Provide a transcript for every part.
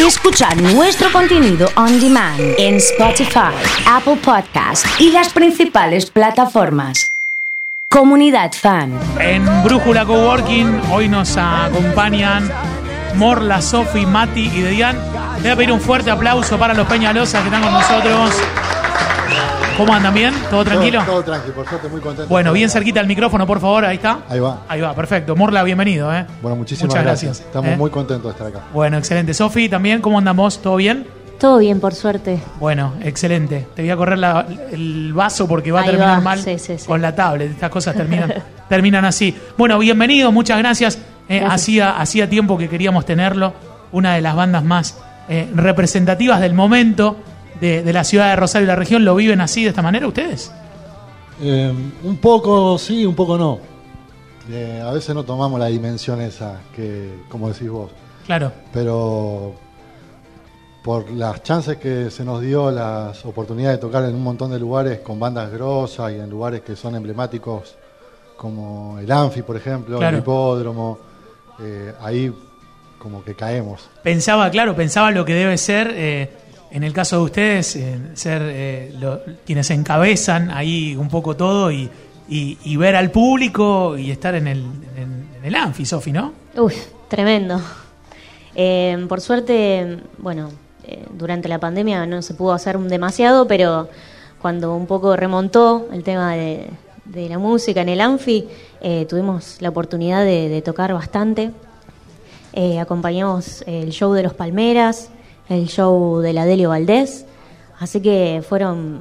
Escuchar nuestro contenido on demand en Spotify, Apple Podcast y las principales plataformas. Comunidad Fan. En Brújula Coworking hoy nos acompañan Morla, Sofi, Mati y Dedian. Le voy a pedir un fuerte aplauso para los Peñalosas que están con nosotros. ¿Cómo andan? ¿Bien? ¿Todo tranquilo? Todo tranquilo, por suerte, muy contento. Bueno, bien cerquita el micrófono, por favor, ahí está. Ahí va. Ahí va, perfecto. Morla, bienvenido. Bueno, muchísimas gracias. Estamos muy contentos de estar acá. Bueno, excelente. Sofi, también, ¿cómo andamos? ¿Todo bien? Todo bien, por suerte. Bueno, excelente. Te voy a correr el vaso porque va a Ahí terminar va. mal Sí. con la tablet. Estas cosas terminan así. Bueno, bienvenido, muchas gracias. Hacía tiempo que queríamos tenerlo. Una de las bandas más representativas del momento de la ciudad de Rosario y la región. ¿Lo viven así, de esta manera, ustedes? Un poco sí, un poco no. A veces no tomamos la dimensión esa, que como decís vos. Claro. Pero por las chances que se nos dio, las oportunidades de tocar en un montón de lugares con bandas grosas y en lugares que son emblemáticos como el Anfi, por ejemplo, claro. El Hipódromo, ahí como que caemos. Pensaba lo que debe ser, en el caso de ustedes, ser quienes encabezan ahí un poco todo y ver al público y estar en el Anfi, Sofi, ¿no? Uf, tremendo. Por suerte, bueno, durante la pandemia no se pudo hacer demasiado, pero cuando un poco remontó el tema de la música en el Anfi, tuvimos la oportunidad de tocar bastante. Acompañamos el show de los Palmeras, el show de la Delio Valdés, así que fueron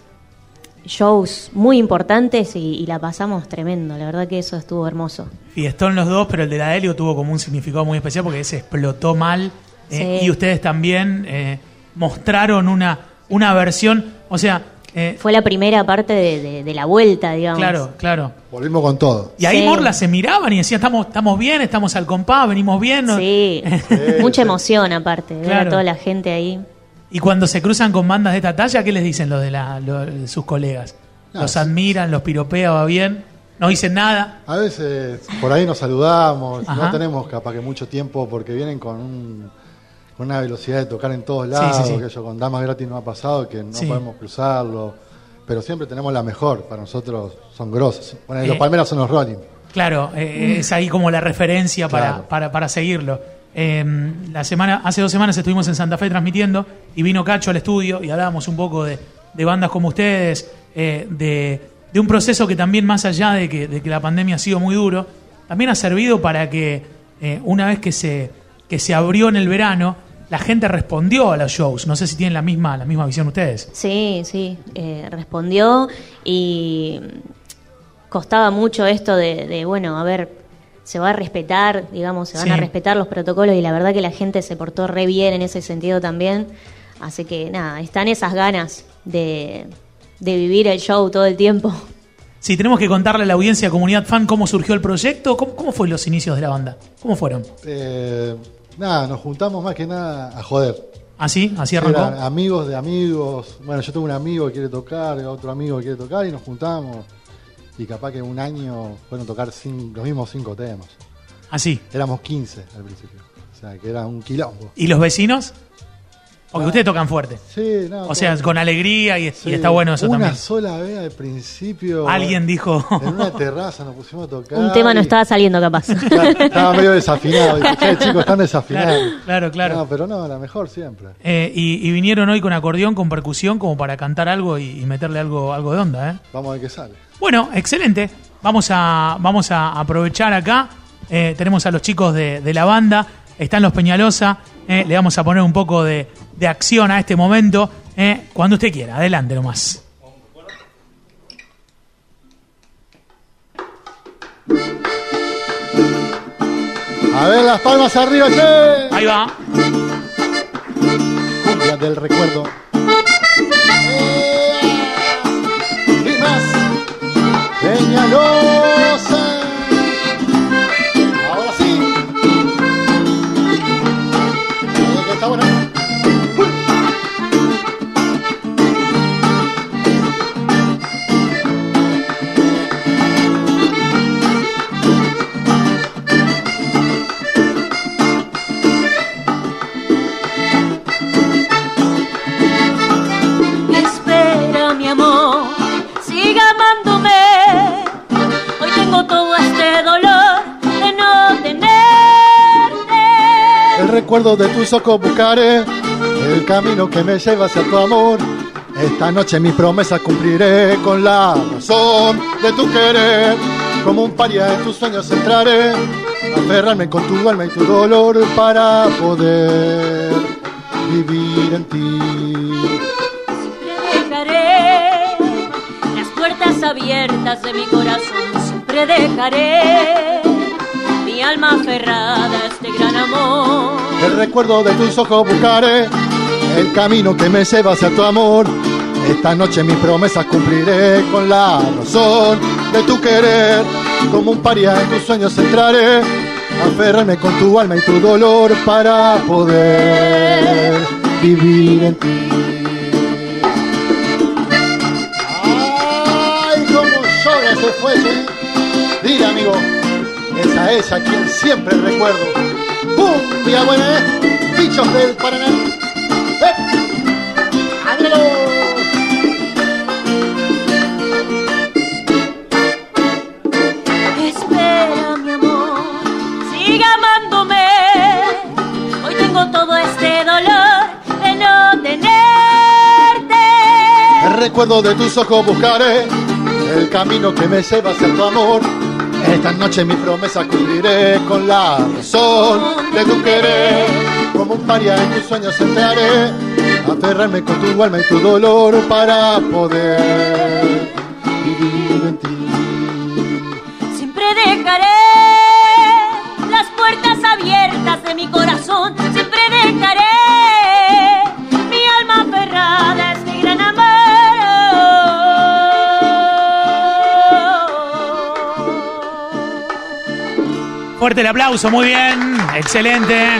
shows muy importantes y la pasamos tremendo, la verdad que eso estuvo hermoso. Fiestón los dos, pero el de la Delio tuvo como un significado muy especial porque se explotó mal, Sí. Y ustedes también mostraron una versión, o sea... Fue la primera parte de la vuelta, digamos. Claro. Volvimos con todo. Y ahí Sí. Morla se miraban y decían, estamos bien, estamos al compás, venimos bien. ¿no? Sí, mucha emoción aparte, ver Claro. a toda la gente ahí. Y cuando se cruzan con bandas de esta talla, ¿qué les dicen los de sus colegas? ¿Los sí. admiran, los piropea, va bien? ¿No dicen nada? A veces por ahí nos saludamos, Ajá. no tenemos capaz que mucho tiempo porque vienen con una velocidad de tocar en todos lados, Sí. que yo con Damas Gratis no ha pasado, que no Sí. podemos cruzarlo, pero siempre tenemos la mejor, para nosotros son grosos. Bueno, los Eh. Palmeras son los Rolling. Claro, es ahí como la referencia Claro. para seguirlo. Hace 2 semanas estuvimos en Santa Fe transmitiendo y vino Cacho al estudio y hablábamos un poco de bandas como ustedes, de un proceso que también, más allá de que la pandemia ha sido muy duro, también ha servido para que una vez que se abrió en el verano, la gente respondió a los shows. No sé si tienen la misma visión ustedes. Sí, respondió y costaba mucho esto de bueno, a ver, se va a respetar, digamos, se van Sí. a respetar los protocolos y la verdad que la gente se portó re bien en ese sentido también. Así que nada, están esas ganas de vivir el show todo el tiempo. Si tenemos que contarle a la audiencia, Comunidad Fan, cómo surgió el proyecto, ¿cómo fue los inicios de la banda? ¿Cómo fueron? Nada, nos juntamos más que nada a joder. ¿Así arrancó? Eran amigos de amigos. Bueno, yo tengo un amigo que quiere tocar, otro amigo que quiere tocar y nos juntamos. Y capaz que un año fueron a tocar los mismos 5 temas. Así. Éramos 15 al principio. O sea, que era un quilombo. ¿Y los vecinos? Porque ustedes tocan fuerte. Sí, no. O sea, con alegría y sí, está bueno eso una también. sola vez al principio. Alguien dijo... En una terraza nos pusimos a tocar. Un tema no estaba saliendo capaz. Estaba medio desafinado. Dije, che, chicos, están desafinados. Claro. No, pero no, la mejor siempre. Y vinieron hoy con acordeón, con percusión, como para cantar algo y meterle algo de onda, ¿eh? Vamos a ver qué sale. Bueno, excelente. Vamos a aprovechar acá. Tenemos a los chicos de la banda. Están los Peñalosa. Le vamos a poner un poco de acción a este momento. Cuando usted quiera. Adelante nomás. A ver las palmas arriba, che. Ahí va. Cumbia del recuerdo. Y más. Peñalosa. Ahora sí. Que está bueno. recuerdo de tus ojos buscaré el camino que me lleva hacia tu amor. Esta noche mis promesas cumpliré con la razón de tu querer. Como un paria en tus sueños entraré, aferrarme con tu alma y tu dolor para poder vivir en ti. Siempre dejaré las puertas abiertas de mi corazón. Siempre dejaré mi alma aferrada a este gran amor. El recuerdo de tus ojos buscaré el camino que me lleva hacia tu amor. Esta noche mis promesas cumpliré con la razón de tu querer. Como un paria en tus sueños entraré, aferrarme con tu alma y tu dolor para poder vivir en ti. ¡Ay, cómo llora ese fuelle! Dile, amigo, es a ella a quien siempre recuerdo. ¡Cumbia buena, bichos del Paraná! ¡Ándalo! Espera, mi amor, sigue amándome. Hoy tengo todo este dolor de no tenerte. El recuerdo de tus ojos buscaré el camino que me lleva hacia tu amor. Esta noche mi promesa cumpliré con la razón de tu querer. Como un paria en tus sueños entraré, aferrarme con tu alma y tu dolor para poder vivir en ti. Siempre dejaré las puertas abiertas de mi corazón. Siempre dejaré mi alma aferrada a este gran amor. Fuerte el aplauso, muy bien, excelente.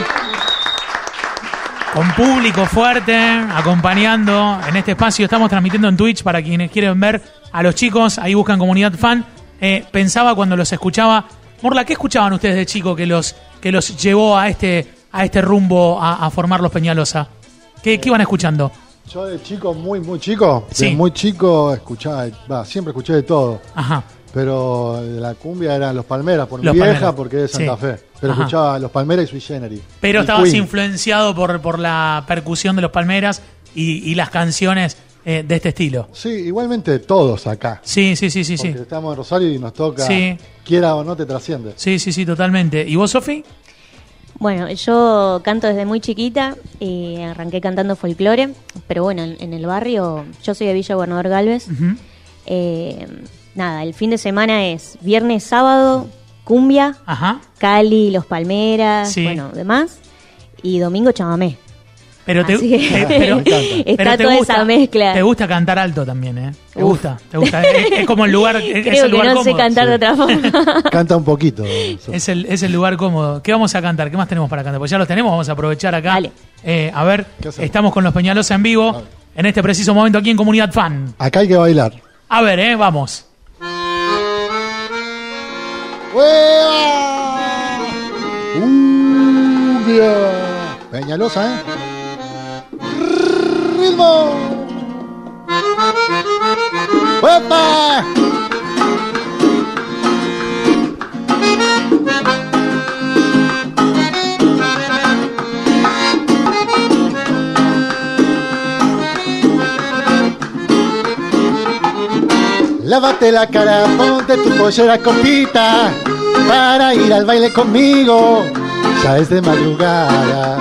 Con público fuerte, acompañando en este espacio. Estamos transmitiendo en Twitch para quienes quieren ver a los chicos. Ahí buscan Comunidad Fan. Pensaba cuando los escuchaba, Morla, ¿qué escuchaban ustedes de chico que los llevó a este rumbo a formar los Peñalosa? ¿Qué iban escuchando? Yo de chico, muy chico, Sí. de muy chico escuchaba, siempre escuché de todo. Ajá. Pero de la cumbia eran Los Palmeras, por mi Los vieja, Palmeras. porque es de Santa Sí. Fe. Pero Ajá. escuchaba Los Palmeras y Sui Generis. Pero Y estabas Queen. influenciado por la percusión de los Palmeras y las canciones de este estilo. Sí, igualmente todos acá. Sí. Porque estamos en Rosario y nos toca, Sí. quiera o no te trasciende. Sí, totalmente. ¿Y vos, Sofi? Bueno, yo canto desde muy chiquita y arranqué cantando folclore, pero bueno, en el barrio, yo soy de Villa Gobernador Galvez. Ujú. Nada, el fin de semana es viernes, sábado, cumbia, Ajá. Cali, Los Palmeras, Sí. bueno, demás, y domingo chamamé. Pero Así que Me encanta. está te toda gusta, esa mezcla. Te gusta cantar alto también, ¿eh? Te Uf. gusta. Es como el lugar. Es Creo el que lugar no sé cómodo. cantar de otra forma. Canta un poquito. Es el lugar cómodo. ¿Qué vamos a cantar? ¿Qué más tenemos para cantar? Pues ya los tenemos, vamos a aprovechar acá. Dale. A ver, ¿Qué hacemos? estamos con los Peñalosa en vivo, Dale. en este preciso momento aquí en Comunidad Fan. Acá hay que bailar. A ver, vamos. ¡Hueva! ¡Cumbia! Peñalosa, ¿eh? ¡Ritmo! ¡Huepa! Lávate la cara, ponte tu pollera cortita para ir al baile conmigo, ya es de madrugada.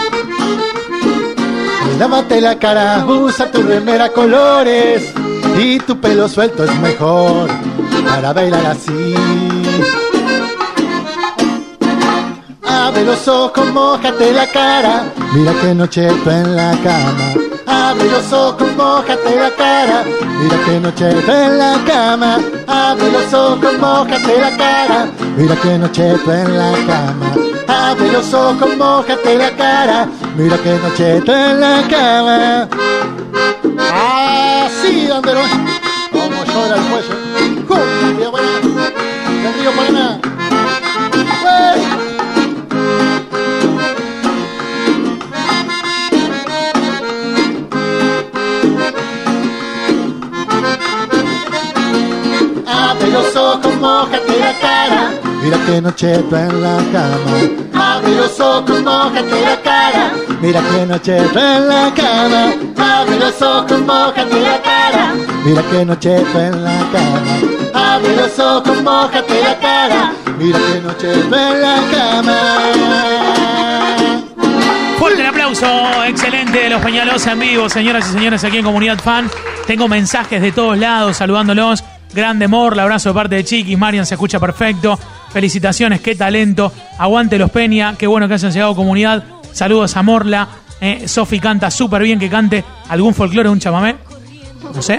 Lávate la cara, usa tu remera colores y tu pelo suelto es mejor para bailar así. Abre los ojos, mójate la cara, mira que noche tú en la cama. Abre los ojos, mójate la cara, mira que noche tú en la cama. Abre los ojos, mójate la cara, mira que noche tú en la cama. Abre los ojos, mójate la cara, mira que noche tú en la cama. Así, Andero, como llora el cuello. Cumbia buena, del río Paraná. ¡Wey! Abre los ojos, mójate la cara, mira que noche tú en la cama. Abre los ojos, mójate la cara. Mira qué noche está en la cama. Abre los ojos, mójate la cara. Mira qué noche está en la cama. Abre los ojos, mójate la cara. Mira qué noche está en la cama. Fuerte el aplauso, excelente de los Peñalosa en vivo, señoras y señores, aquí en Comunidad Fan. Tengo mensajes de todos lados saludándolos. Grande Morla, abrazo de parte de Chiquis. Marian se escucha perfecto. Felicitaciones, qué talento. Aguante los Peña, qué bueno que hayan llegado a Comunidad. Saludos a Morla. Sofi canta súper bien, que cante algún folclore, un chamamé. No sé.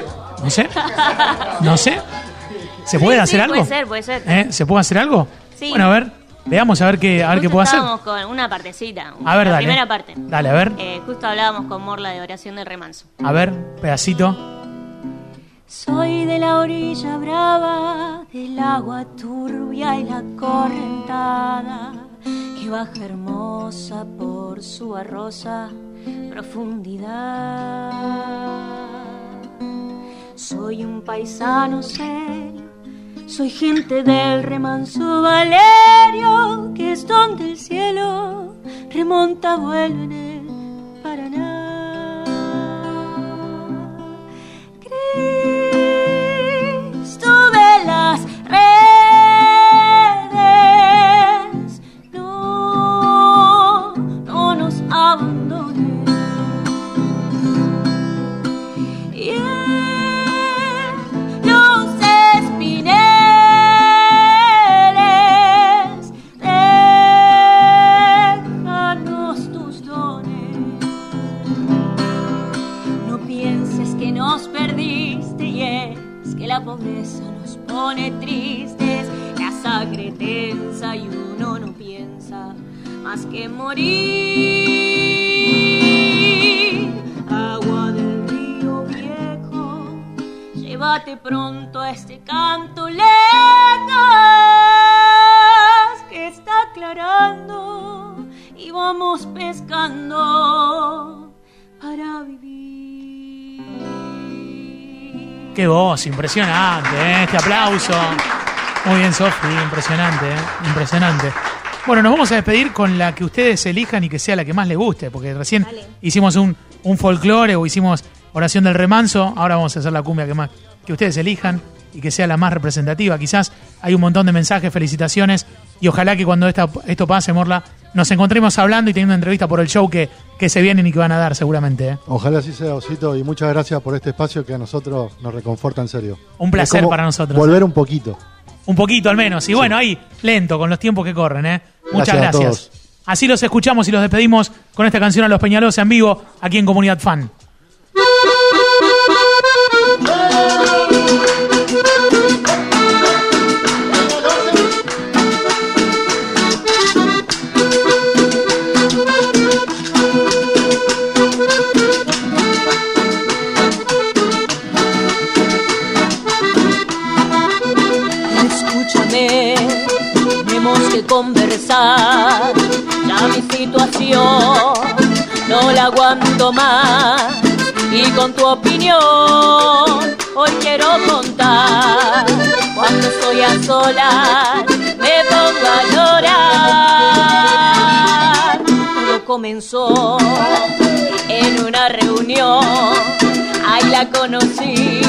¿Se puede hacer algo? Puede ser. ¿Se puede hacer algo? Sí. Bueno, a ver, veamos a ver qué puedo hacer. Estábamos con una partecita. A ver, la dale. primera parte. Dale, a ver. Justo hablábamos con Morla de oración del remanso. A ver, pedacito. Soy de la orilla brava, del agua turbia y la correntada, que baja hermosa por su arrosa profundidad. Soy un paisano serio, soy gente del remanso Valerio, que es donde el cielo remonta vuelo en el Paraná. Cristo de las redes, no nos abandones. Y en los espineles déjanos tus dones. No pienses que nos perdiste, y es que la pobreza nos pone tristes, la sangre tensa y uno no piensa más que morir. Agua del río viejo, llévate pronto a este canto lejos que está aclarando y vamos pescando para vivir. Qué voz, impresionante, este aplauso. Muy bien, Sofi, impresionante, impresionante. Bueno, nos vamos a despedir con la que ustedes elijan y que sea la que más les guste, porque recién hicimos un folclore o hicimos oración del remanso, ahora vamos a hacer la cumbia que ustedes elijan y que sea la más representativa. Quizás hay un montón de mensajes, felicitaciones, y ojalá que cuando esto pase, Morla, nos encontremos hablando y teniendo una entrevista por el show que se vienen y que van a dar seguramente. Ojalá así sea, Osito, y muchas gracias por este espacio que a nosotros nos reconforta en serio. Un placer para nosotros. Volver un poquito. Un poquito al menos. Y bueno, ahí, lento, con los tiempos que corren. Muchas gracias. A todos. Así los escuchamos y los despedimos con esta canción a los Peñalosa en vivo, aquí en Comunidad Fan. Escúchame, tenemos que conversar. Ya mi situación no la aguanto más, y con tu opinión hoy quiero contar. Cuando estoy a solas me pongo a llorar. Todo comenzó en una reunión, ahí la conocí.